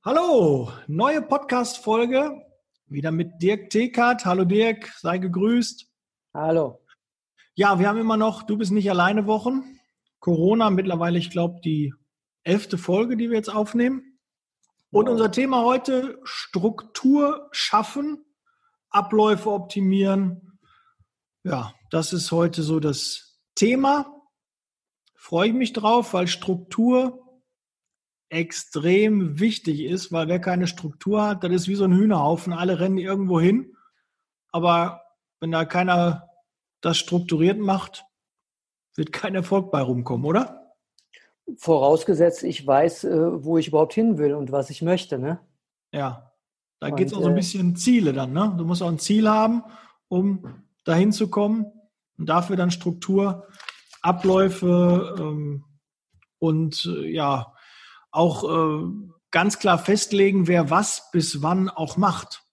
Hallo, neue Podcast-Folge, wieder mit Dirk Thekart. Hallo Dirk, sei gegrüßt. Hallo. Ja, wir haben immer noch, du bist nicht alleine Wochen. Corona, mittlerweile, ich glaube, die 11. Folge, die wir jetzt aufnehmen. Und Wow. unser Thema heute, Struktur schaffen, Abläufe optimieren. Ja, das ist heute so das Thema. Freue ich mich drauf, weil Struktur extrem wichtig ist, weil wer keine Struktur hat, das ist wie so ein Hühnerhaufen. Alle rennen irgendwo hin, aber wenn da keiner das strukturiert macht, wird kein Erfolg bei rumkommen, oder? Vorausgesetzt, ich weiß, wo ich überhaupt hin will und was ich möchte, ne? Ja, da geht es Und auch so ein bisschen Ziele dann, ne? Du musst auch ein Ziel haben, um dahin zu kommen und dafür dann Struktur, Abläufe und ja, auch ganz klar festlegen, wer was bis wann auch macht.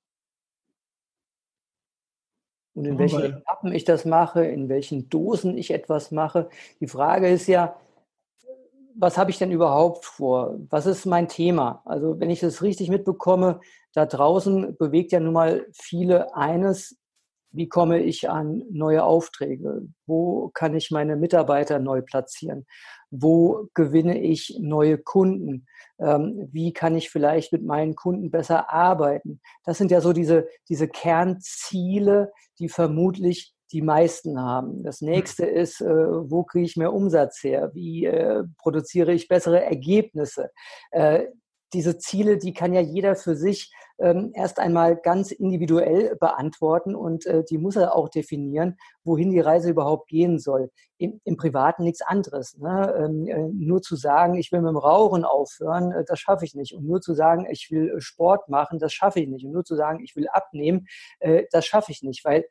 in Ja, welchen weil, Etappen ich das mache, in welchen Dosen ich etwas mache. Die Frage ist ja, was habe ich denn überhaupt vor? Was ist mein Thema? Also wenn ich das richtig mitbekomme, da draußen bewegt ja nun mal viele eines: Wie komme ich an neue Aufträge? Wo kann ich meine Mitarbeiter neu platzieren? Wo gewinne ich neue Kunden? Wie kann ich vielleicht mit meinen Kunden besser arbeiten? Das sind ja so diese Kernziele, die vermutlich die meisten haben. Das nächste ist, wo kriege ich mehr Umsatz her? Wie produziere ich bessere Ergebnisse? Diese Ziele, die kann ja jeder für sich erst einmal ganz individuell beantworten und die muss er auch definieren, wohin die Reise überhaupt gehen soll. Im Privaten nichts anderes. Ne? Nur zu sagen, ich will mit dem Rauchen aufhören, das schaffe ich nicht. Und nur zu sagen, ich will Sport machen, das schaffe ich nicht. Und nur zu sagen, ich will abnehmen, das schaffe ich nicht. Weil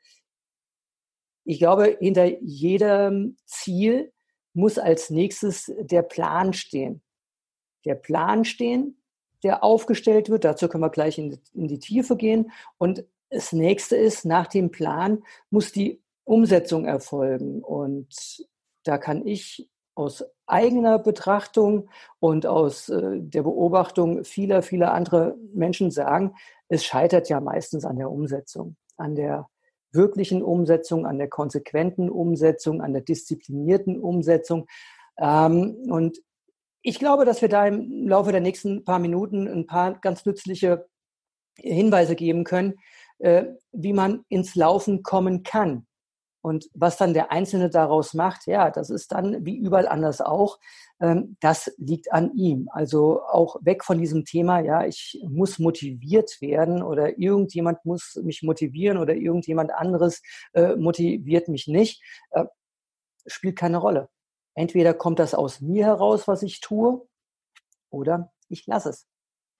ich glaube, hinter jedem Ziel muss als nächstes der Plan stehen. Der Plan stehen, der aufgestellt wird. Dazu können wir gleich in die Tiefe gehen. Und das nächste ist, nach dem Plan muss die Umsetzung erfolgen. Und da kann ich aus eigener Betrachtung und aus der Beobachtung vieler anderer Menschen sagen, es scheitert ja meistens an der Umsetzung, an der wirklichen Umsetzung, an der konsequenten Umsetzung, an der disziplinierten Umsetzung. Und ich glaube, dass wir da im Laufe der nächsten paar Minuten ein paar ganz nützliche Hinweise geben können, wie man ins Laufen kommen kann. Und was dann der Einzelne daraus macht, ja, das ist dann wie überall anders auch, das liegt an ihm. Also auch weg von diesem Thema, ja, ich muss motiviert werden oder irgendjemand muss mich motivieren oder irgendjemand anderes motiviert mich nicht, spielt keine Rolle. Entweder kommt das aus mir heraus, was ich tue, oder ich lasse es.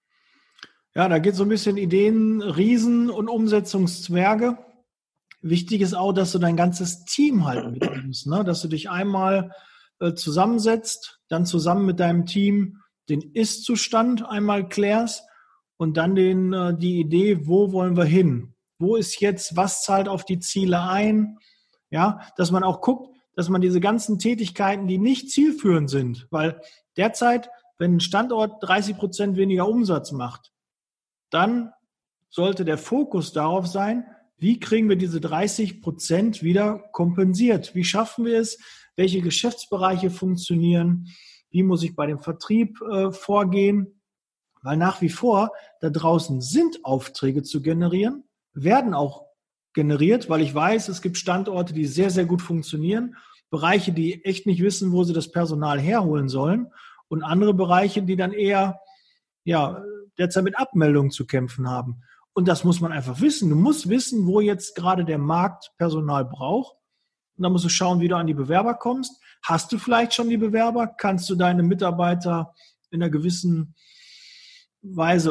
ja, da geht so ein bisschen Ideen, Riesen und Umsetzungszwerge. Wichtig ist auch, dass du dein ganzes Team halt mitnimmst, ne? Dass du dich einmal zusammensetzt, dann zusammen mit deinem Team den Ist-Zustand einmal klärst und dann die Idee, wo wollen wir hin? Wo ist jetzt, was zahlt auf die Ziele ein? Ja, dass man auch guckt, dass man diese ganzen Tätigkeiten, die nicht zielführend sind, weil derzeit, wenn ein Standort 30% weniger Umsatz macht, dann sollte der Fokus darauf sein, wie kriegen wir diese 30% wieder kompensiert? Wie schaffen wir es? Welche Geschäftsbereiche funktionieren? Wie muss ich bei dem Vertrieb vorgehen? Weil nach wie vor da draußen sind Aufträge zu generieren, werden auch generiert, weil ich weiß, es gibt Standorte, die sehr, sehr gut funktionieren, Bereiche, die echt nicht wissen, wo sie das Personal herholen sollen und andere Bereiche, die dann eher ja, derzeit mit Abmeldungen zu kämpfen haben. Und das muss man einfach wissen. Du musst wissen, wo jetzt gerade der Markt Personal braucht. Und dann musst du schauen, wie du an die Bewerber kommst. Hast du vielleicht schon die Bewerber? Kannst du deine Mitarbeiter in einer gewissen Weise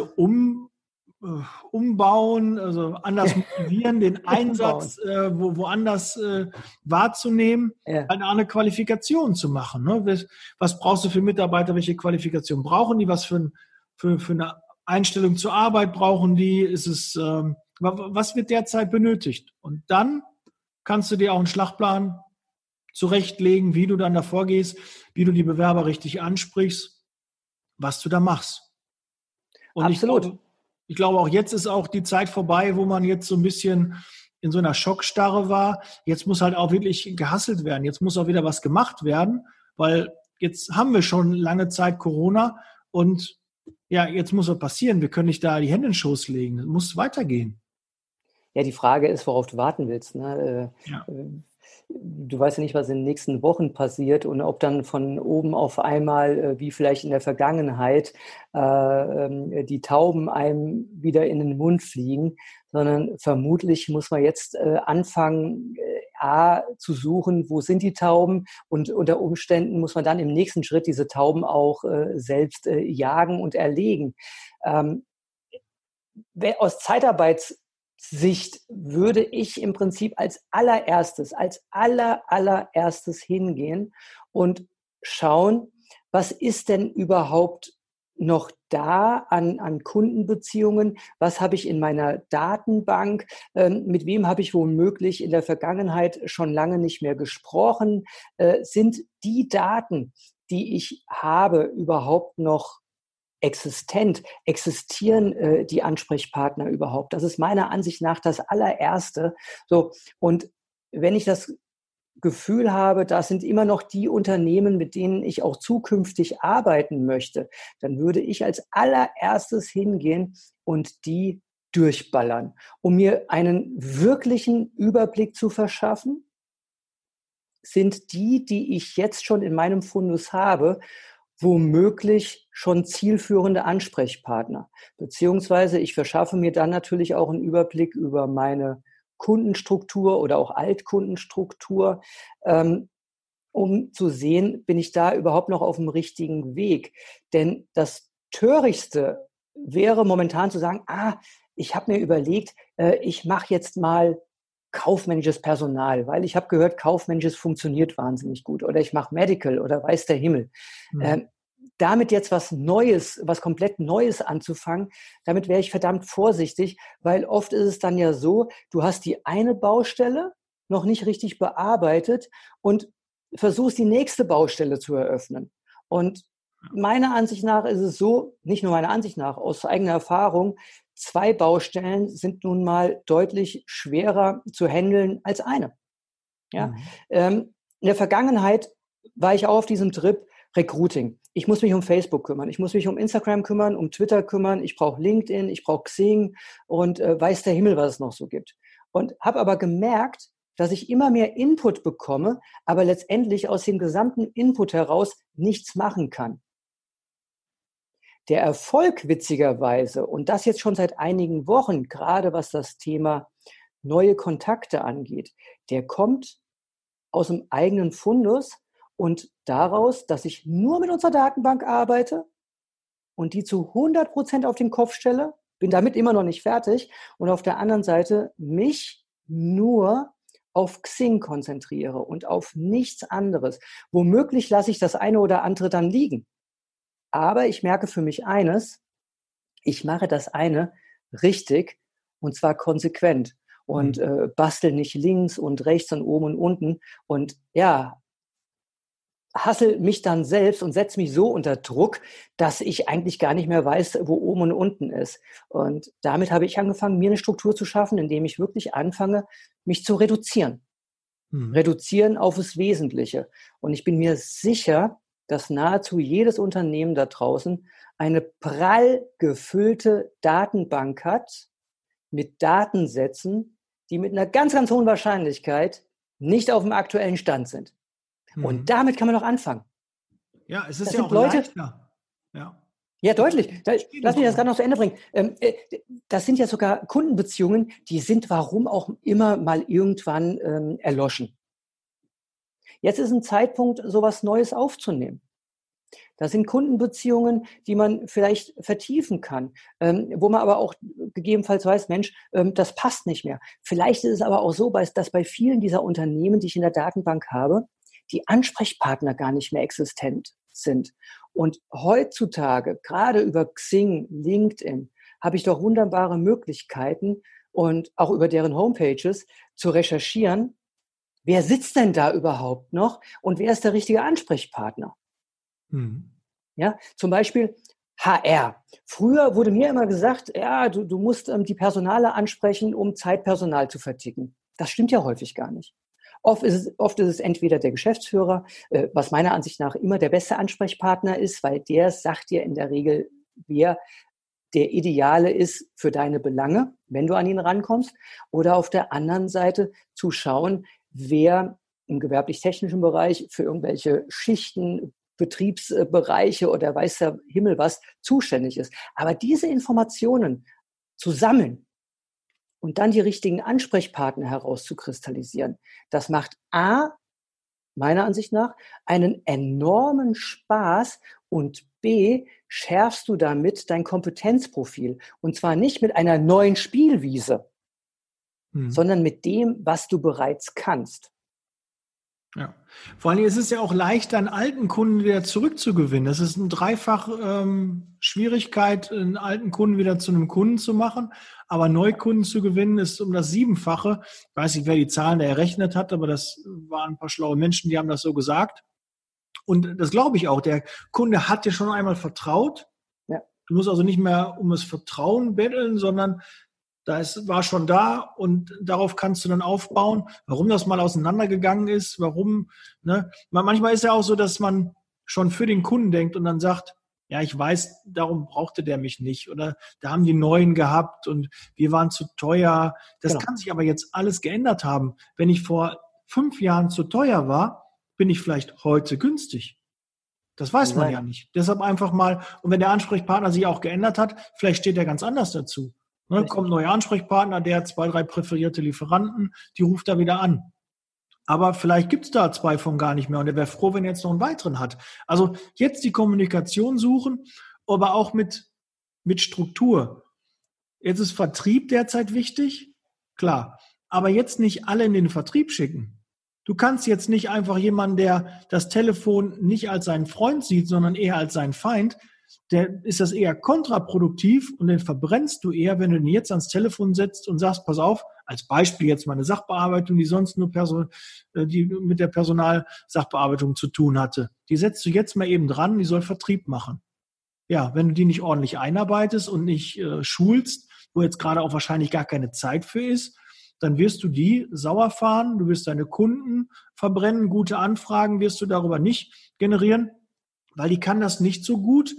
umbauen, also anders motivieren, den Einsatz woanders wahrzunehmen, Ja. eine Qualifikation zu machen. Ne? Was brauchst du für Mitarbeiter? Welche Qualifikation brauchen die? Was für eine Einstellung zur Arbeit brauchen die? Was wird derzeit benötigt? Und dann kannst du dir auch einen Schlachtplan zurechtlegen, wie du dann davor gehst, wie du die Bewerber richtig ansprichst, was du da machst. Und Absolut. ich glaube, auch jetzt ist auch die Zeit vorbei, wo man jetzt so ein bisschen in so einer Schockstarre war. Jetzt muss halt auch wirklich gehustelt werden. Jetzt muss auch wieder was gemacht werden, weil jetzt haben wir schon lange Zeit Corona und ja, jetzt muss was passieren. Wir können nicht da die Hände in den Schoß legen. Es muss weitergehen. Ja, die Frage ist, worauf du warten willst. Ne? Ja. Du weißt ja nicht, was in den nächsten Wochen passiert und ob dann von oben auf einmal, wie vielleicht in der Vergangenheit, die Tauben einem wieder in den Mund fliegen, sondern vermutlich muss man jetzt anfangen, zu suchen, wo sind die Tauben, und unter Umständen muss man dann im nächsten Schritt diese Tauben auch selbst jagen und erlegen. Aus Zeitarbeitssicht würde ich im Prinzip als allererstes hingehen und schauen, was ist denn überhaupt noch da an Kundenbeziehungen, was habe ich in meiner Datenbank, mit wem habe ich womöglich in der Vergangenheit schon lange nicht mehr gesprochen, sind die Daten, die ich habe, überhaupt noch existent? Existieren die Ansprechpartner überhaupt? Das ist meiner Ansicht nach das allererste. So, und wenn ich das Gefühl habe, das sind immer noch die Unternehmen, mit denen ich auch zukünftig arbeiten möchte, dann würde ich als allererstes hingehen und die durchballern, um mir einen wirklichen Überblick zu verschaffen. Sind die ich jetzt schon in meinem Fundus habe, womöglich schon zielführende Ansprechpartner? Beziehungsweise ich verschaffe mir dann natürlich auch einen Überblick über meine Kundenstruktur oder auch Altkundenstruktur, um zu sehen, bin ich da überhaupt noch auf dem richtigen Weg? Denn das Törichtste wäre momentan zu sagen, ich habe mir überlegt, ich mache jetzt mal kaufmännisches Personal, weil ich habe gehört, kaufmännisches funktioniert wahnsinnig gut. Oder ich mache Medical oder weiß der Himmel. Damit jetzt was Neues, was komplett Neues anzufangen, damit wäre ich verdammt vorsichtig, weil oft ist es dann ja so, du hast die eine Baustelle noch nicht richtig bearbeitet und versuchst die nächste Baustelle zu eröffnen. Und meiner Ansicht nach ist es so, nicht nur meiner Ansicht nach, aus eigener Erfahrung, 2 Baustellen sind nun mal deutlich schwerer zu handeln als eine. Ja? In der Vergangenheit war ich auch auf diesem Trip Recruiting. Ich muss mich um Facebook kümmern, ich muss mich um Instagram kümmern, um Twitter kümmern, ich brauche LinkedIn, ich brauche Xing und weiß der Himmel, was es noch so gibt. Und habe aber gemerkt, dass ich immer mehr Input bekomme, aber letztendlich aus dem gesamten Input heraus nichts machen kann. Der Erfolg witzigerweise, und das jetzt schon seit einigen Wochen, gerade was das Thema neue Kontakte angeht, der kommt aus dem eigenen Fundus und daraus, dass ich nur mit unserer Datenbank arbeite und die zu 100% auf den Kopf stelle, bin damit immer noch nicht fertig, und auf der anderen Seite mich nur auf Xing konzentriere und auf nichts anderes. Womöglich lasse ich das eine oder andere dann liegen. Aber ich merke für mich eines, ich mache das eine richtig und zwar konsequent und bastel nicht links und rechts und oben und unten und ja, hassel mich dann selbst und setze mich so unter Druck, dass ich eigentlich gar nicht mehr weiß, wo oben und unten ist. Und damit habe ich angefangen, mir eine Struktur zu schaffen, indem ich wirklich anfange, mich zu reduzieren. Reduzieren auf das Wesentliche. Und ich bin mir sicher, dass nahezu jedes Unternehmen da draußen eine prall gefüllte Datenbank hat mit Datensätzen, die mit einer ganz, ganz hohen Wahrscheinlichkeit nicht auf dem aktuellen Stand sind. Und damit kann man doch anfangen. Ja, es ist ja auch leichter. Ja, deutlich. Lass mich das gerade noch zu Ende bringen. Das sind ja sogar Kundenbeziehungen, die sind warum auch immer mal irgendwann erloschen. Jetzt ist ein Zeitpunkt, sowas Neues aufzunehmen. Das sind Kundenbeziehungen, die man vielleicht vertiefen kann, wo man aber auch gegebenenfalls weiß, Mensch, das passt nicht mehr. Vielleicht ist es aber auch so, dass bei vielen dieser Unternehmen, die ich in der Datenbank habe, die Ansprechpartner gar nicht mehr existent sind. Und heutzutage, gerade über Xing, LinkedIn, habe ich doch wunderbare Möglichkeiten und auch über deren Homepages zu recherchieren, wer sitzt denn da überhaupt noch und wer ist der richtige Ansprechpartner? Ja, zum Beispiel HR. Früher wurde mir immer gesagt, ja, du musst die Personale ansprechen, um Zeitpersonal zu verticken. Das stimmt ja häufig gar nicht. Oft ist es entweder der Geschäftsführer, was meiner Ansicht nach immer der beste Ansprechpartner ist, weil der sagt dir in der Regel, wer der Ideale ist für deine Belange, wenn du an ihn rankommst. Oder auf der anderen Seite zu schauen, wer im gewerblich-technischen Bereich für irgendwelche Schichten, Betriebsbereiche oder weiß der Himmel was zuständig ist. Aber diese Informationen zu sammeln und dann die richtigen Ansprechpartner herauszukristallisieren, das macht meiner Ansicht nach einen enormen Spaß und B, schärfst du damit dein Kompetenzprofil. Und zwar nicht mit einer neuen Spielwiese, sondern mit dem, was du bereits kannst. Ja, vor allem ist es ja auch leichter, einen alten Kunden wieder zurückzugewinnen. Das ist eine dreifach Schwierigkeit, einen alten Kunden wieder zu einem Kunden zu machen. Aber Neukunden zu gewinnen ist um das 7-fache. Ich weiß nicht, wer die Zahlen da errechnet hat, aber das waren ein paar schlaue Menschen, die haben das so gesagt. Und das glaube ich auch. Der Kunde hat dir schon einmal vertraut. Ja. Du musst also nicht mehr um das Vertrauen betteln, sondern war schon da und darauf kannst du dann aufbauen, warum das mal auseinandergegangen ist, warum, ne? Manchmal ist ja auch so, dass man schon für den Kunden denkt und dann sagt, ja, ich weiß, darum brauchte der mich nicht oder da haben die Neuen gehabt und wir waren zu teuer. Das kann sich aber jetzt alles geändert haben. Wenn ich vor 5 Jahren zu teuer war, bin ich vielleicht heute günstig. Das weiß man ja nicht. Deshalb einfach mal, und wenn der Ansprechpartner sich auch geändert hat, vielleicht steht er ganz anders dazu. Ne, kommt ein neuer Ansprechpartner, der hat 2, 3 präferierte Lieferanten, die ruft er wieder an. Aber vielleicht gibt's da 2 von gar nicht mehr und er wäre froh, wenn er jetzt noch einen weiteren hat. Also jetzt die Kommunikation suchen, aber auch mit Struktur. Jetzt ist Vertrieb derzeit wichtig, klar. Aber jetzt nicht alle in den Vertrieb schicken. Du kannst jetzt nicht einfach jemanden, der das Telefon nicht als seinen Freund sieht, sondern eher als seinen Feind, der ist das eher kontraproduktiv und den verbrennst du eher, wenn du ihn jetzt ans Telefon setzt und sagst, pass auf, als Beispiel jetzt mal eine Sachbearbeitung, die sonst nur die mit der Personalsachbearbeitung zu tun hatte. Die setzt du jetzt mal eben dran, die soll Vertrieb machen. Ja, wenn du die nicht ordentlich einarbeitest und nicht schulst, wo jetzt gerade auch wahrscheinlich gar keine Zeit für ist, dann wirst du die sauer fahren, du wirst deine Kunden verbrennen, gute Anfragen wirst du darüber nicht generieren, weil die kann das nicht so gut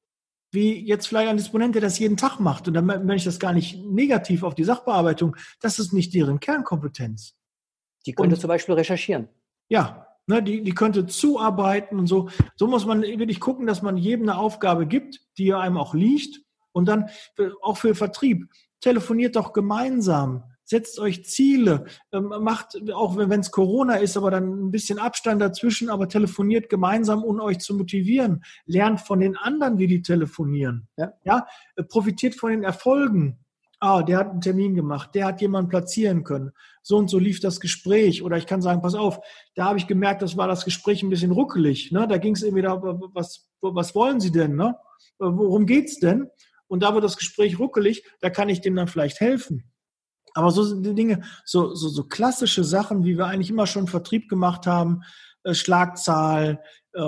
wie jetzt vielleicht ein Disponent, der das jeden Tag macht. Und dann meine ich das gar nicht negativ auf die Sachbearbeitung. Das ist nicht deren Kernkompetenz. Die könnte zum Beispiel recherchieren. Ja, ne, die könnte zuarbeiten und so. So muss man wirklich gucken, dass man jedem eine Aufgabe gibt, die einem auch liegt. Und dann auch für Vertrieb. Telefoniert doch gemeinsam. Setzt euch Ziele, macht, auch wenn es Corona ist, aber dann ein bisschen Abstand dazwischen, aber telefoniert gemeinsam, um euch zu motivieren. Lernt von den anderen, wie die telefonieren. Ja? Profitiert von den Erfolgen. Der hat einen Termin gemacht, der hat jemanden platzieren können. So und so lief das Gespräch. Oder ich kann sagen, pass auf, da habe ich gemerkt, das war das Gespräch ein bisschen ruckelig. Ne? Da ging es irgendwie darum, was wollen Sie denn? Ne? Worum geht's denn? Und da wird das Gespräch ruckelig, da kann ich dem dann vielleicht helfen. Aber so sind die Dinge, so klassische Sachen, wie wir eigentlich immer schon Vertrieb gemacht haben, Schlagzahl,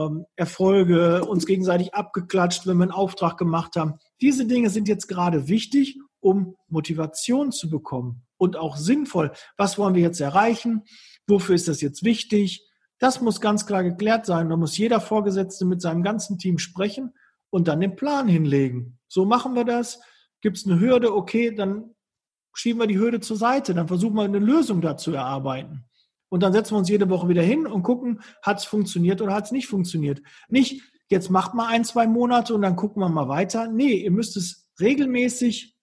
Erfolge, uns gegenseitig abgeklatscht, wenn wir einen Auftrag gemacht haben. Diese Dinge sind jetzt gerade wichtig, um Motivation zu bekommen und auch sinnvoll. Was wollen wir jetzt erreichen? Wofür ist das jetzt wichtig? Das muss ganz klar geklärt sein. Da muss jeder Vorgesetzte mit seinem ganzen Team sprechen und dann den Plan hinlegen. So machen wir das. Gibt es eine Hürde? Okay, dann schieben wir die Hürde zur Seite, dann versuchen wir eine Lösung dazu erarbeiten. Und dann setzen wir uns jede Woche wieder hin und gucken, hat es funktioniert oder hat es nicht funktioniert. Nicht, jetzt macht mal 1, 2 Monate und dann gucken wir mal weiter. Nee, ihr müsst es regelmäßig,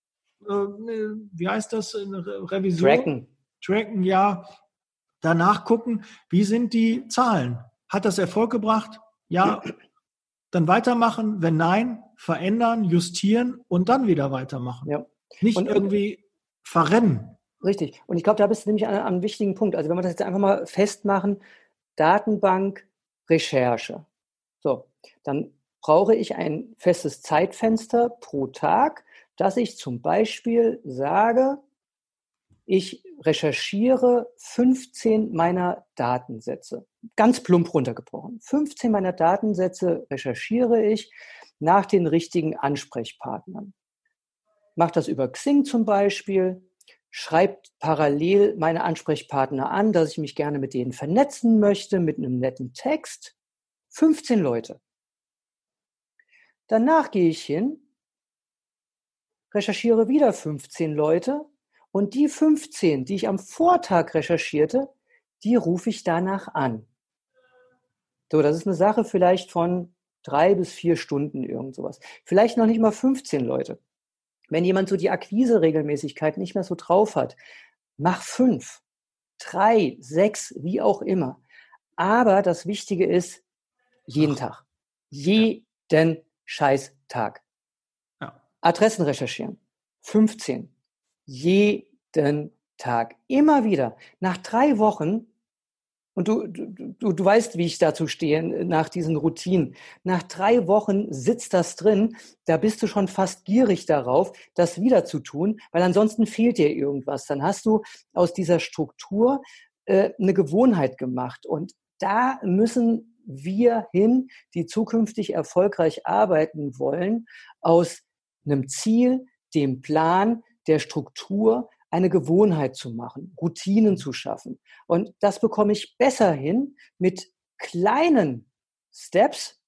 wie heißt das, eine Revision? Tracken, ja. Danach gucken, wie sind die Zahlen? Hat das Erfolg gebracht? Ja. Dann weitermachen. Wenn nein, verändern, justieren und dann wieder weitermachen. Ja. Nicht irgendwie verrennen. Richtig. Und ich glaube, da bist du nämlich an einem wichtigen Punkt. Also wenn wir das jetzt einfach mal festmachen, Datenbank, Recherche. So, dann brauche ich ein festes Zeitfenster pro Tag, dass ich zum Beispiel sage, ich recherchiere 15 meiner Datensätze. Ganz plump runtergebrochen. 15 meiner Datensätze recherchiere ich. nach den richtigen Ansprechpartnern. Macht das über Xing zum Beispiel, schreibt parallel meine Ansprechpartner an, dass ich mich gerne mit denen vernetzen möchte, mit einem netten Text. 15 Leute. Danach gehe ich hin, recherchiere wieder 15 Leute und die 15, die ich am Vortag recherchierte, die rufe ich danach an. So, das ist eine Sache vielleicht von 3 bis 4 Stunden, irgend sowas. Vielleicht noch nicht mal 15 Leute. Wenn jemand so die Akquise-Regelmäßigkeit nicht mehr so drauf hat, mach 5, 3, 6, wie auch immer. Aber das Wichtige ist, jeden Tag. Jeden Scheißtag. Ja. Adressen recherchieren. 15. Jeden Tag. Immer wieder. Nach 3 Wochen, und du weißt, wie ich dazu stehe, nach diesen Routinen. Nach 3 Wochen sitzt das drin, da bist du schon fast gierig darauf, das wieder zu tun, weil ansonsten fehlt dir irgendwas. Dann hast du aus dieser Struktur eine Gewohnheit gemacht. Und da müssen wir hin, die zukünftig erfolgreich arbeiten wollen, aus einem Ziel, dem Plan, der Struktur, eine Gewohnheit zu machen, Routinen zu schaffen. Und das bekomme ich besser hin mit kleinen Steps.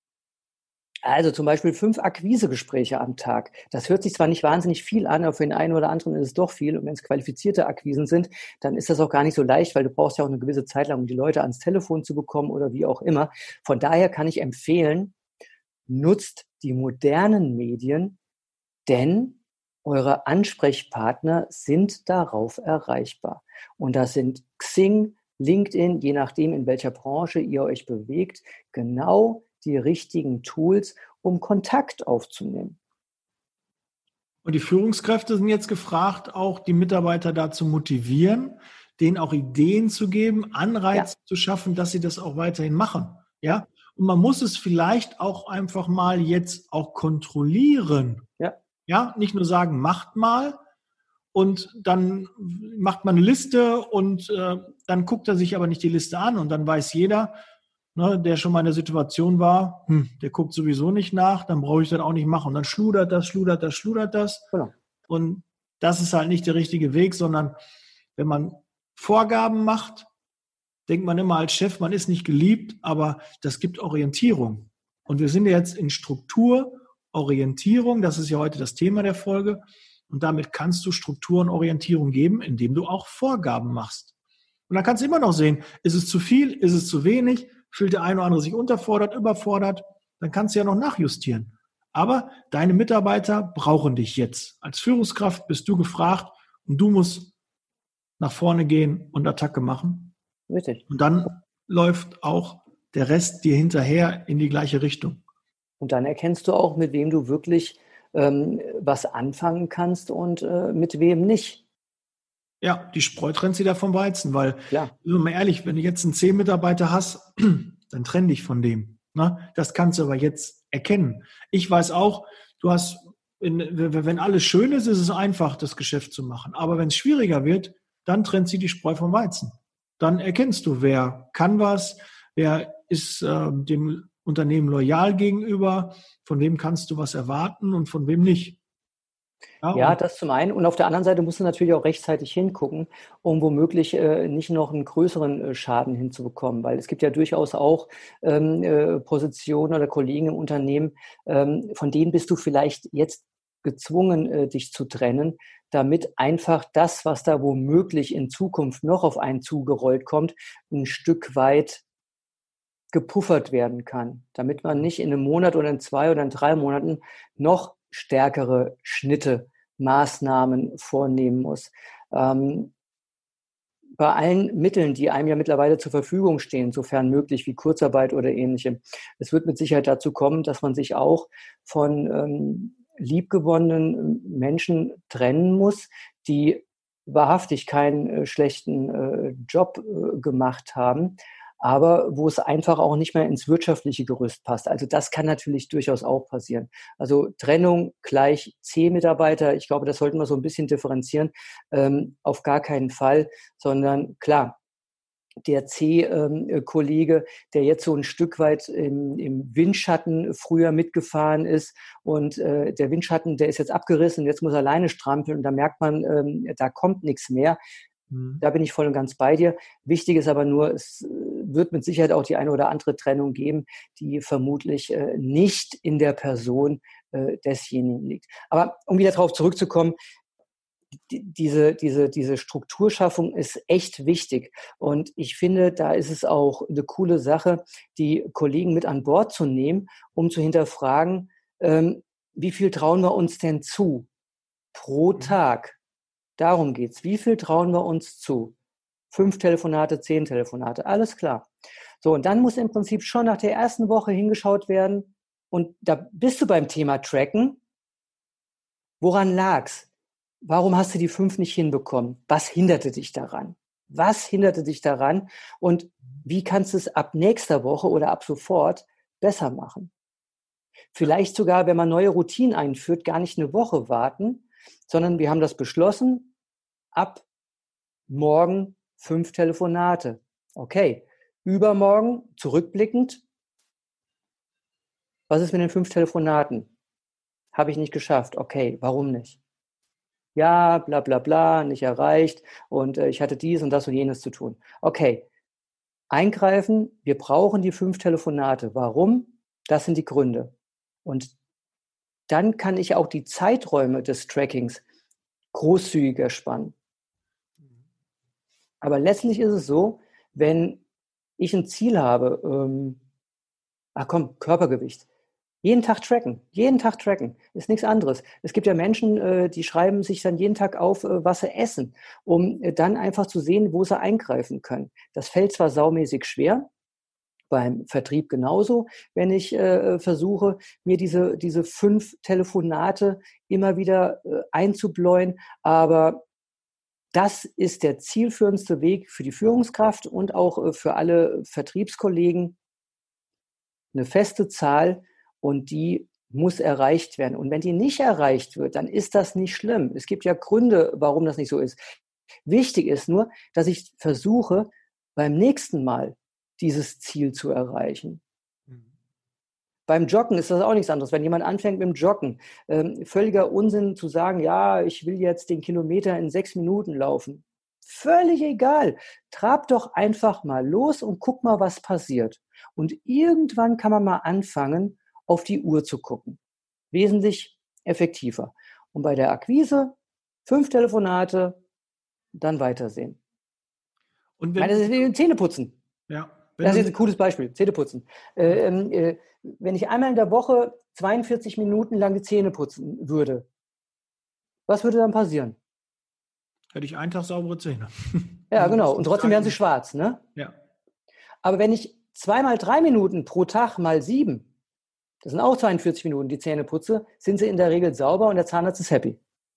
Also zum Beispiel 5 Akquisegespräche am Tag. Das hört sich zwar nicht wahnsinnig viel an, aber für den einen oder anderen ist es doch viel. Und wenn es qualifizierte Akquisen sind, dann ist das auch gar nicht so leicht, weil du brauchst ja auch eine gewisse Zeit lang, um die Leute ans Telefon zu bekommen oder wie auch immer. Von daher kann ich empfehlen, nutzt die modernen Medien, denn eure Ansprechpartner sind darauf erreichbar. Und das sind Xing, LinkedIn, je nachdem, in welcher Branche ihr euch bewegt, genau die richtigen Tools, um Kontakt aufzunehmen. Und die Führungskräfte sind jetzt gefragt, auch die Mitarbeiter dazu motivieren, denen auch Ideen zu geben, Anreize zu schaffen, dass sie das auch weiterhin machen. Ja? Und man muss es vielleicht auch einfach mal jetzt auch kontrollieren. Ja, nicht nur sagen, macht mal und dann macht man eine Liste und dann guckt er sich aber nicht die Liste an und dann weiß jeder, ne, der schon mal in der Situation war, der guckt sowieso nicht nach, dann brauche ich das auch nicht machen. Und dann schludert das. Genau. Und das ist halt nicht der richtige Weg, sondern wenn man Vorgaben macht, denkt man immer als Chef, man ist nicht geliebt, aber das gibt Orientierung. Und wir sind jetzt in Struktur, Orientierung, das ist ja heute das Thema der Folge. Und damit kannst du Struktur und Orientierung geben, indem du auch Vorgaben machst. Und dann kannst du immer noch sehen, ist es zu viel, ist es zu wenig, fühlt der eine oder andere sich unterfordert, überfordert, dann kannst du ja noch nachjustieren. Aber deine Mitarbeiter brauchen dich jetzt. Als Führungskraft bist du gefragt und du musst nach vorne gehen und Attacke machen. Richtig. Und dann läuft auch der Rest dir hinterher in die gleiche Richtung. Und dann erkennst du auch, mit wem du wirklich was anfangen kannst und mit wem nicht. Ja, die Spreu trennt sie da vom Weizen, weil, Klar. sind wir mal ehrlich, wenn du jetzt einen 10-Mitarbeiter hast, dann trenn dich von dem. Ne? Das kannst du aber jetzt erkennen. Ich weiß auch, wenn alles schön ist, ist es einfach, das Geschäft zu machen. Aber wenn es schwieriger wird, dann trennt sie die Spreu vom Weizen. Dann erkennst du, wer kann was, wer ist dem Unternehmen loyal gegenüber, von wem kannst du was erwarten und von wem nicht. Ja, das zum einen. Und auf der anderen Seite musst du natürlich auch rechtzeitig hingucken, um womöglich nicht noch einen größeren Schaden hinzubekommen. Weil es gibt ja durchaus auch Positionen oder Kollegen im Unternehmen, von denen bist du vielleicht jetzt gezwungen, dich zu trennen, damit einfach das, was da womöglich in Zukunft noch auf einen zugerollt kommt, ein Stück weit gepuffert werden kann, damit man nicht in einem Monat oder in 2 oder in 3 Monaten noch stärkere Schnitte, Maßnahmen vornehmen muss. Bei allen Mitteln, die einem ja mittlerweile zur Verfügung stehen, sofern möglich wie Kurzarbeit oder ähnlichem, es wird mit Sicherheit dazu kommen, dass man sich auch von liebgewonnenen Menschen trennen muss, die wahrhaftig keinen schlechten Job gemacht haben, aber wo es einfach auch nicht mehr ins wirtschaftliche Gerüst passt. Also das kann natürlich durchaus auch passieren. Also Trennung gleich C-Mitarbeiter, ich glaube, das sollten wir so ein bisschen differenzieren, auf gar keinen Fall, sondern klar, der C-Kollege, der jetzt so ein Stück weit im Windschatten früher mitgefahren ist und der Windschatten, der ist jetzt abgerissen und jetzt muss er alleine strampeln und da merkt man, da kommt nichts mehr. Da bin ich voll und ganz bei dir. Wichtig ist aber nur, es wird mit Sicherheit auch die eine oder andere Trennung geben, die vermutlich nicht in der Person desjenigen liegt. Aber um wieder darauf zurückzukommen, diese Strukturschaffung ist echt wichtig. Und ich finde, da ist es auch eine coole Sache, die Kollegen mit an Bord zu nehmen, um zu hinterfragen, wie viel trauen wir uns denn zu pro Tag? Darum geht's. Wie viel trauen wir uns zu? 5 Telefonate, 10 Telefonate, alles klar. So, und dann muss im Prinzip schon nach der ersten Woche hingeschaut werden. Und da bist du beim Thema Tracken. Woran lag's? Warum hast du die 5 nicht hinbekommen? Was hinderte dich daran? Was hinderte dich daran? Und wie kannst du es ab nächster Woche oder ab sofort besser machen? Vielleicht sogar, wenn man neue Routinen einführt, gar nicht eine Woche warten, sondern wir haben das beschlossen, ab morgen 5 Telefonate. Okay, übermorgen, zurückblickend, was ist mit den 5 Telefonaten? Habe ich nicht geschafft. Okay, warum nicht? Ja, bla bla bla, nicht erreicht und ich hatte dies und das und jenes zu tun. Okay, eingreifen, wir brauchen die 5 Telefonate. Warum? Das sind die Gründe. Und dann kann ich auch die Zeiträume des Trackings großzügiger spannen. Aber letztlich ist es so, wenn ich ein Ziel habe, Körpergewicht, jeden Tag tracken, ist nichts anderes. Es gibt ja Menschen, die schreiben sich dann jeden Tag auf, was sie essen, um dann einfach zu sehen, wo sie eingreifen können. Das fällt zwar saumäßig schwer, beim Vertrieb genauso, wenn ich versuche, mir diese 5 Telefonate immer wieder einzubläuen, aber das ist der zielführendste Weg für die Führungskraft und auch für alle Vertriebskollegen. Eine feste Zahl und die muss erreicht werden. Und wenn die nicht erreicht wird, dann ist das nicht schlimm. Es gibt ja Gründe, warum das nicht so ist. Wichtig ist nur, dass ich versuche, beim nächsten Mal dieses Ziel zu erreichen. Beim Joggen ist das auch nichts anderes. Wenn jemand anfängt mit dem Joggen, völliger Unsinn zu sagen, ja, ich will jetzt den Kilometer in 6 Minuten laufen. Völlig egal. Trab doch einfach mal los und guck mal, was passiert. Und irgendwann kann man mal anfangen, auf die Uhr zu gucken. Wesentlich effektiver. Und bei der Akquise 5 Telefonate, dann weitersehen. Und das ist wie Zähneputzen. Ja. Das ist jetzt ein cooles Beispiel, Zähneputzen. Wenn ich einmal in der Woche 42 Minuten lang die Zähne putzen würde, was würde dann passieren? Hätte ich einen Tag saubere Zähne. Ja, genau. Und trotzdem wären sie schwarz, ne? Ja. Aber wenn ich 2 mal 3 Minuten pro Tag mal 7, das sind auch 42 Minuten, die Zähne putze, sind sie in der Regel sauber und der Zahnarzt ist happy.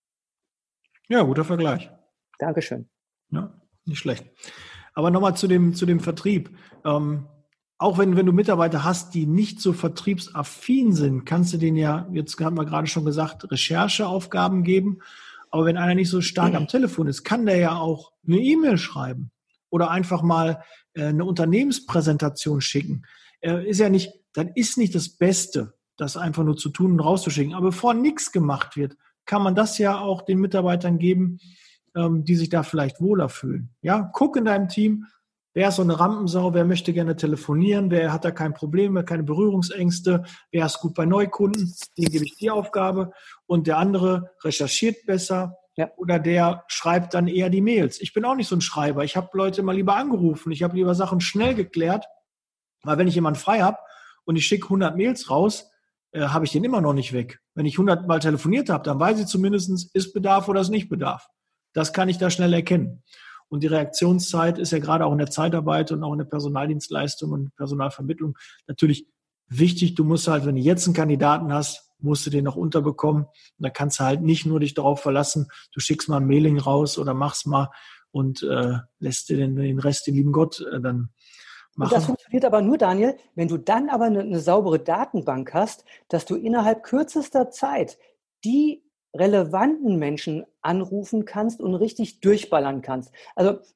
Ja, guter Vergleich. Dankeschön. Ja, nicht schlecht. Aber nochmal zu dem Vertrieb. Auch wenn du Mitarbeiter hast, die nicht so vertriebsaffin sind, kannst du denen ja, jetzt haben wir gerade schon gesagt, Rechercheaufgaben geben. Aber wenn einer nicht so stark am Telefon ist, kann der ja auch eine E-Mail schreiben oder einfach mal eine Unternehmenspräsentation schicken. Das ist nicht das Beste, das einfach nur zu tun und rauszuschicken. Aber bevor nichts gemacht wird, kann man das ja auch den Mitarbeitern geben, die sich da vielleicht wohler fühlen. Ja, guck in deinem Team, wer ist so eine Rampensau, wer möchte gerne telefonieren, wer hat da kein Problem, keine Berührungsängste, wer ist gut bei Neukunden, dem gebe ich die Aufgabe und der andere recherchiert besser oder der schreibt dann eher die Mails. Ich bin auch nicht so ein Schreiber, ich habe Leute mal lieber angerufen, ich habe lieber Sachen schnell geklärt, weil wenn ich jemanden frei habe und ich schicke 100 Mails raus, habe ich den immer noch nicht weg. Wenn ich 100 Mal telefoniert habe, dann weiß ich zumindest, ist Bedarf oder ist nicht Bedarf. Das kann ich da schnell erkennen. Und die Reaktionszeit ist ja gerade auch in der Zeitarbeit und auch in der Personaldienstleistung und Personalvermittlung natürlich wichtig. Du musst halt, wenn du jetzt einen Kandidaten hast, musst du den noch unterbekommen. Und da kannst du halt nicht nur dich darauf verlassen, du schickst mal ein Mailing raus oder machst mal und lässt dir den Rest, den lieben Gott, dann machen. Und das funktioniert aber nur, Daniel, wenn du dann aber eine saubere Datenbank hast, dass du innerhalb kürzester Zeit die relevanten Menschen anrufen kannst und richtig durchballern kannst. Also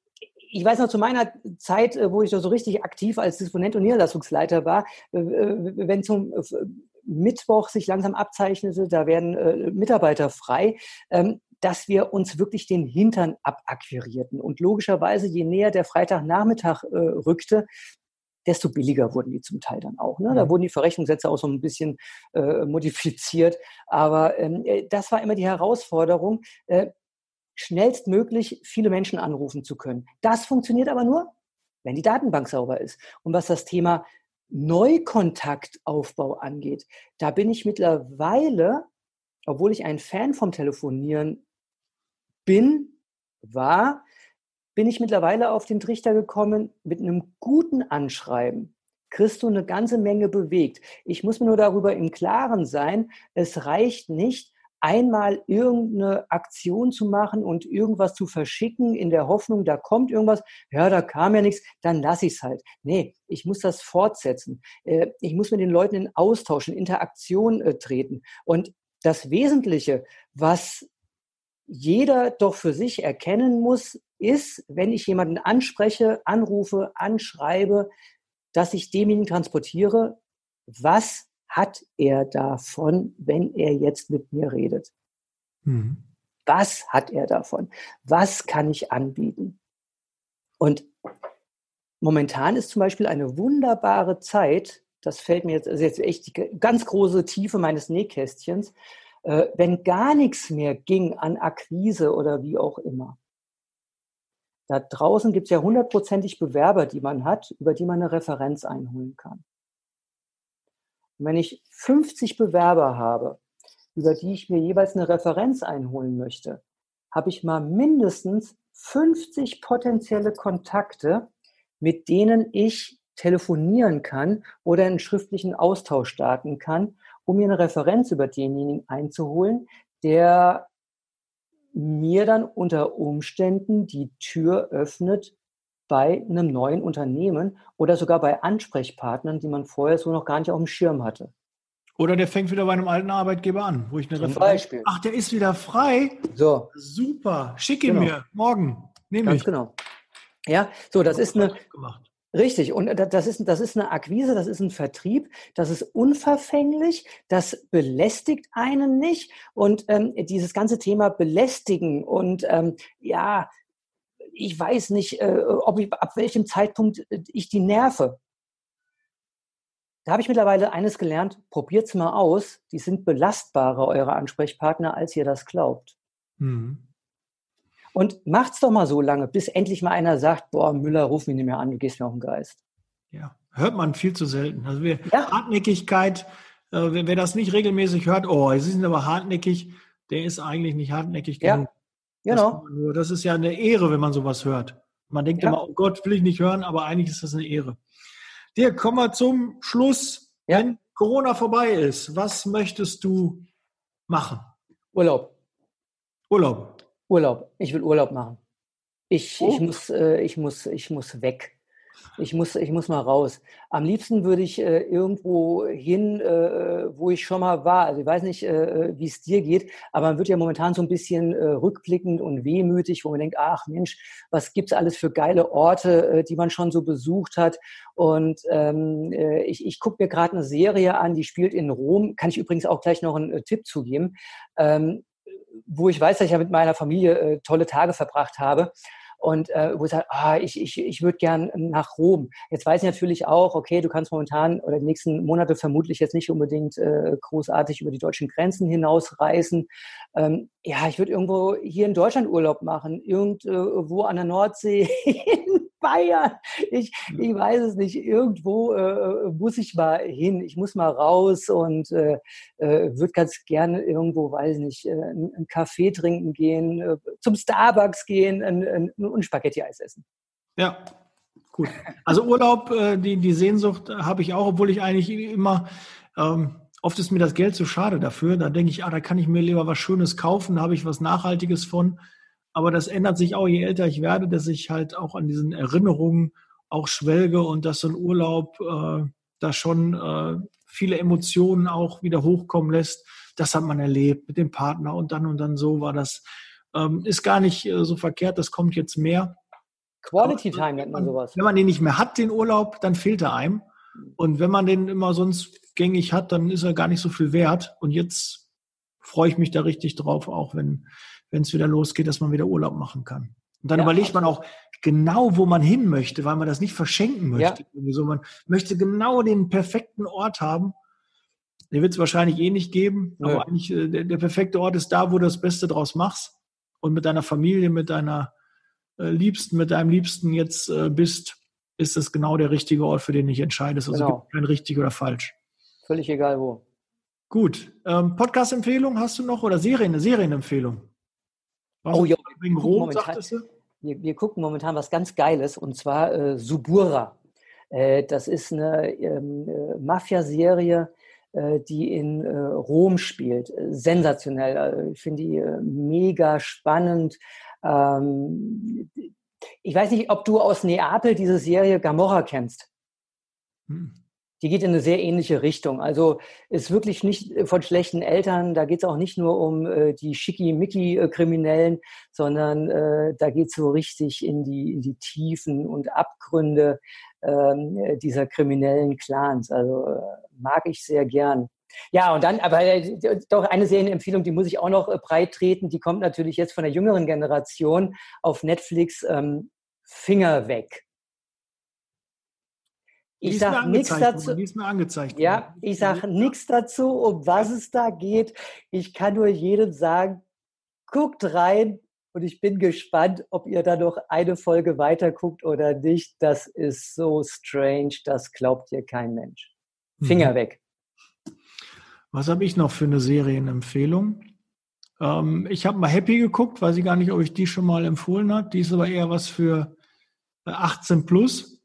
ich weiß noch zu meiner Zeit, wo ich so richtig aktiv als Disponent und Niederlassungsleiter war, wenn zum Mittwoch sich langsam abzeichnete, da werden Mitarbeiter frei, dass wir uns wirklich den Hintern abakquirierten. Und logischerweise, je näher der Freitagnachmittag rückte, desto billiger wurden die zum Teil dann auch. Ne? Da wurden die Verrechnungssätze auch so ein bisschen modifiziert. Aber das war immer die Herausforderung, schnellstmöglich viele Menschen anrufen zu können. Das funktioniert aber nur, wenn die Datenbank sauber ist. Und was das Thema Neukontaktaufbau angeht, da bin ich mittlerweile, obwohl ich ein Fan vom Telefonieren bin ich mittlerweile auf den Trichter gekommen, mit einem guten Anschreiben kriegst du eine ganze Menge bewegt. Ich muss mir nur darüber im Klaren sein, es reicht nicht, einmal irgendeine Aktion zu machen und irgendwas zu verschicken in der Hoffnung, da kommt irgendwas, ja, da kam ja nichts, dann lasse ich es halt. Nee, ich muss das fortsetzen. Ich muss mit den Leuten in Austausch, in Interaktion treten. Und das Wesentliche, was jeder doch für sich erkennen muss, ist, wenn ich jemanden anspreche, anrufe, anschreibe, dass ich demjenigen transportiere, was hat er davon, wenn er jetzt mit mir redet? Was hat er davon? Was kann ich anbieten? Und momentan ist zum Beispiel eine wunderbare Zeit, das fällt mir jetzt, also jetzt echt die ganz große Tiefe meines Nähkästchens, wenn gar nichts mehr ging an Akquise oder wie auch immer. Da draußen gibt es ja 100%ig Bewerber, die man hat, über die man eine Referenz einholen kann. Und wenn ich 50 Bewerber habe, über die ich mir jeweils eine Referenz einholen möchte, habe ich mal mindestens 50 potenzielle Kontakte, mit denen ich telefonieren kann oder einen schriftlichen Austausch starten kann, um mir eine Referenz über denjenigen einzuholen, der mir dann unter Umständen die Tür öffnet bei einem neuen Unternehmen oder sogar bei Ansprechpartnern, die man vorher so noch gar nicht auf dem Schirm hatte. Oder der fängt wieder bei einem alten Arbeitgeber an, wo ich eine Zum Referenz. Beispiel. Ach, der ist wieder frei. So. Super. Schick ihn mir. Morgen. Nehme Ganz ich. genau. Ja, so, das ist eine. Gemacht. Richtig, und das ist eine Akquise, das ist ein Vertrieb, das ist unverfänglich, das belästigt einen nicht. Und dieses ganze Thema belästigen und ja, ich weiß nicht, ab welchem Zeitpunkt ich die nerve. Da habe ich mittlerweile eines gelernt, probiert's mal aus, die sind belastbarer, eure Ansprechpartner, als ihr das glaubt. Und macht's doch mal so lange, bis endlich mal einer sagt, boah, Müller, ruf mich nicht mehr an, du gehst mir auf den Geist. Ja, hört man viel zu selten. Also Hartnäckigkeit, wer das nicht regelmäßig hört, sie sind aber hartnäckig, der ist eigentlich nicht hartnäckig genug. Genau. Das ist ja eine Ehre, wenn man sowas hört. Man denkt immer, oh Gott, will ich nicht hören, aber eigentlich ist das eine Ehre. Dirk, kommen wir zum Schluss. Ja. Wenn Corona vorbei ist, was möchtest du machen? Urlaub. Ich will Urlaub machen. Ich muss weg. Ich muss mal raus. Am liebsten würde ich irgendwo hin, wo ich schon mal war. Also ich weiß nicht, wie es dir geht, aber man wird ja momentan so ein bisschen rückblickend und wehmütig, wo man denkt, ach Mensch, was gibt's alles für geile Orte, die man schon so besucht hat. Und ich gucke mir gerade eine Serie an, die spielt in Rom. Kann ich übrigens auch gleich noch einen Tipp zugeben, wo ich weiß, dass ich ja mit meiner Familie tolle Tage verbracht habe. Und wo ich sage, ich würde gern nach Rom. Jetzt weiß ich natürlich auch, okay, du kannst momentan oder die nächsten Monate vermutlich jetzt nicht unbedingt großartig über die deutschen Grenzen hinausreisen. Ich würde irgendwo hier in Deutschland Urlaub machen, irgendwo an der Nordsee, in Bayern. Ich weiß es nicht. Irgendwo muss ich mal hin. Ich muss mal raus und würde ganz gerne irgendwo, weiß ich nicht, einen Kaffee trinken gehen, zum Starbucks gehen, und Spaghetti-Eis essen. Ja, gut. Also Urlaub, die Sehnsucht habe ich auch, obwohl ich eigentlich immer, oft ist mir das Geld zu schade dafür. Da denke ich, da kann ich mir lieber was Schönes kaufen, da habe ich was Nachhaltiges von. Aber das ändert sich auch, je älter ich werde, dass ich halt auch an diesen Erinnerungen auch schwelge und dass so ein Urlaub da schon viele Emotionen auch wieder hochkommen lässt. Das hat man erlebt mit dem Partner und dann so war das. Ist gar nicht so verkehrt, das kommt jetzt mehr. Quality Time nennt man sowas. Wenn man den nicht mehr hat, den Urlaub, dann fehlt er einem. Und wenn man den immer sonst gängig hat, dann ist er gar nicht so viel wert. Und jetzt freue ich mich da richtig drauf, auch wenn es wieder losgeht, dass man wieder Urlaub machen kann. Und dann überlegt man auch genau, wo man hin möchte, weil man das nicht verschenken möchte. Ja. Man möchte genau den perfekten Ort haben. Den wird es wahrscheinlich eh nicht geben, aber eigentlich der perfekte Ort ist da, wo du das Beste draus machst und mit deiner Familie, mit deiner Liebsten, mit deinem Liebsten jetzt bist, ist das genau der richtige Ort, für den du dich entscheidest. Also gibt kein richtig oder falsch. Völlig egal wo. Gut. Podcast-Empfehlung hast du noch oder Serienempfehlung? Wegen Rom, sagtest du? Wir gucken momentan was ganz Geiles, und zwar Suburra. Das ist eine Mafia-Serie, die in Rom spielt. Sensationell. Ich finde die mega spannend. Ich weiß nicht, ob du aus Neapel diese Serie Gomorra kennst. Die geht in eine sehr ähnliche Richtung. Also ist wirklich nicht von schlechten Eltern. Da geht es auch nicht nur um die Schickimicki-Kriminellen, sondern da geht es so richtig in die Tiefen und Abgründe dieser kriminellen Clans. Also mag ich sehr gern. Ja, und dann, aber doch eine Serienempfehlung, die muss ich auch noch breit treten. Die kommt natürlich jetzt von der jüngeren Generation auf Netflix, Finger weg. Ich sage nichts dazu. Die ist mir angezeigt. Ja, ich sage nichts dazu, um was es da geht. Ich kann nur jedem sagen, guckt rein, und ich bin gespannt, ob ihr da noch eine Folge weiter guckt oder nicht. Das ist so strange, das glaubt dir kein Mensch. Finger weg. Was habe ich noch für eine Serienempfehlung? Ich habe mal Happy geguckt, weiß ich gar nicht, ob ich die schon mal empfohlen habe. Die ist aber eher was für 18 plus.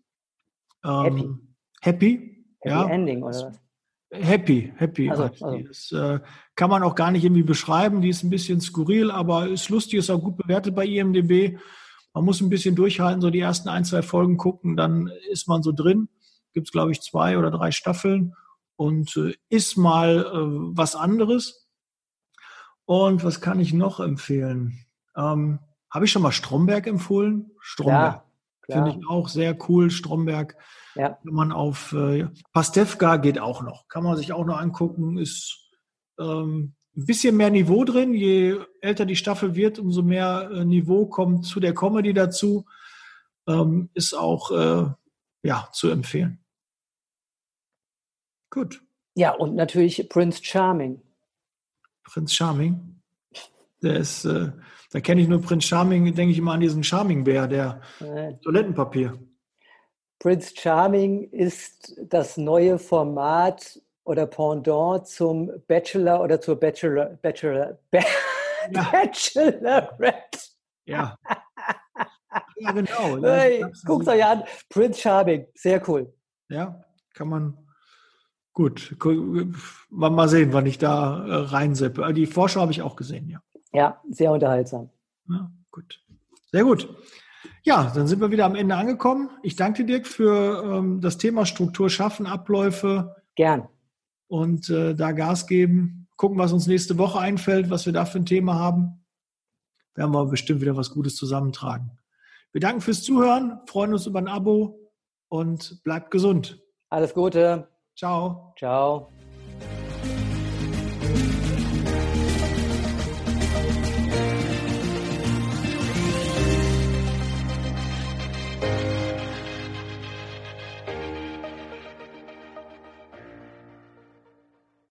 Happy, ja. Ending oder was? Happy. Also. Das kann man auch gar nicht irgendwie beschreiben. Die ist ein bisschen skurril, aber ist lustig, ist auch gut bewertet bei IMDb. Man muss ein bisschen durchhalten, so die ersten 1-2 Folgen gucken, dann ist man so drin. Gibt es, glaube ich, 2 oder 3 Staffeln und ist mal was anderes. Und was kann ich noch empfehlen? Habe ich schon mal Stromberg empfohlen? Stromberg. Finde ich auch sehr cool, Stromberg. Ja. Wenn man auf Pastewka geht auch noch. Kann man sich auch noch angucken. Ist ein bisschen mehr Niveau drin. Je älter die Staffel wird, umso mehr Niveau kommt zu der Comedy dazu. Ist auch zu empfehlen. Gut. Ja, und natürlich Prince Charming. Prince Charming? Der ist, da kenne ich nur Prince Charming, denke ich immer an diesen Charming-Bär, der Toilettenpapier. Prince Charming ist das neue Format oder Pendant zum Bachelor oder zur Bachelorette. Ja. Ja, genau. Hey, guckt euch an. Prince Charming, sehr cool. Ja, kann man gut. Mal sehen, wann ich da reinseppe. Die Vorschau habe ich auch gesehen, ja. Ja, sehr unterhaltsam. Ja, gut. Sehr gut. Ja, dann sind wir wieder am Ende angekommen. Ich danke dir, Dirk, für das Thema Struktur schaffen, Abläufe. Gern. Und da Gas geben. Gucken, was uns nächste Woche einfällt, was wir da für ein Thema haben. Werden wir bestimmt wieder was Gutes zusammentragen. Wir danken fürs Zuhören, freuen uns über ein Abo und bleibt gesund. Alles Gute. Ciao. Ciao.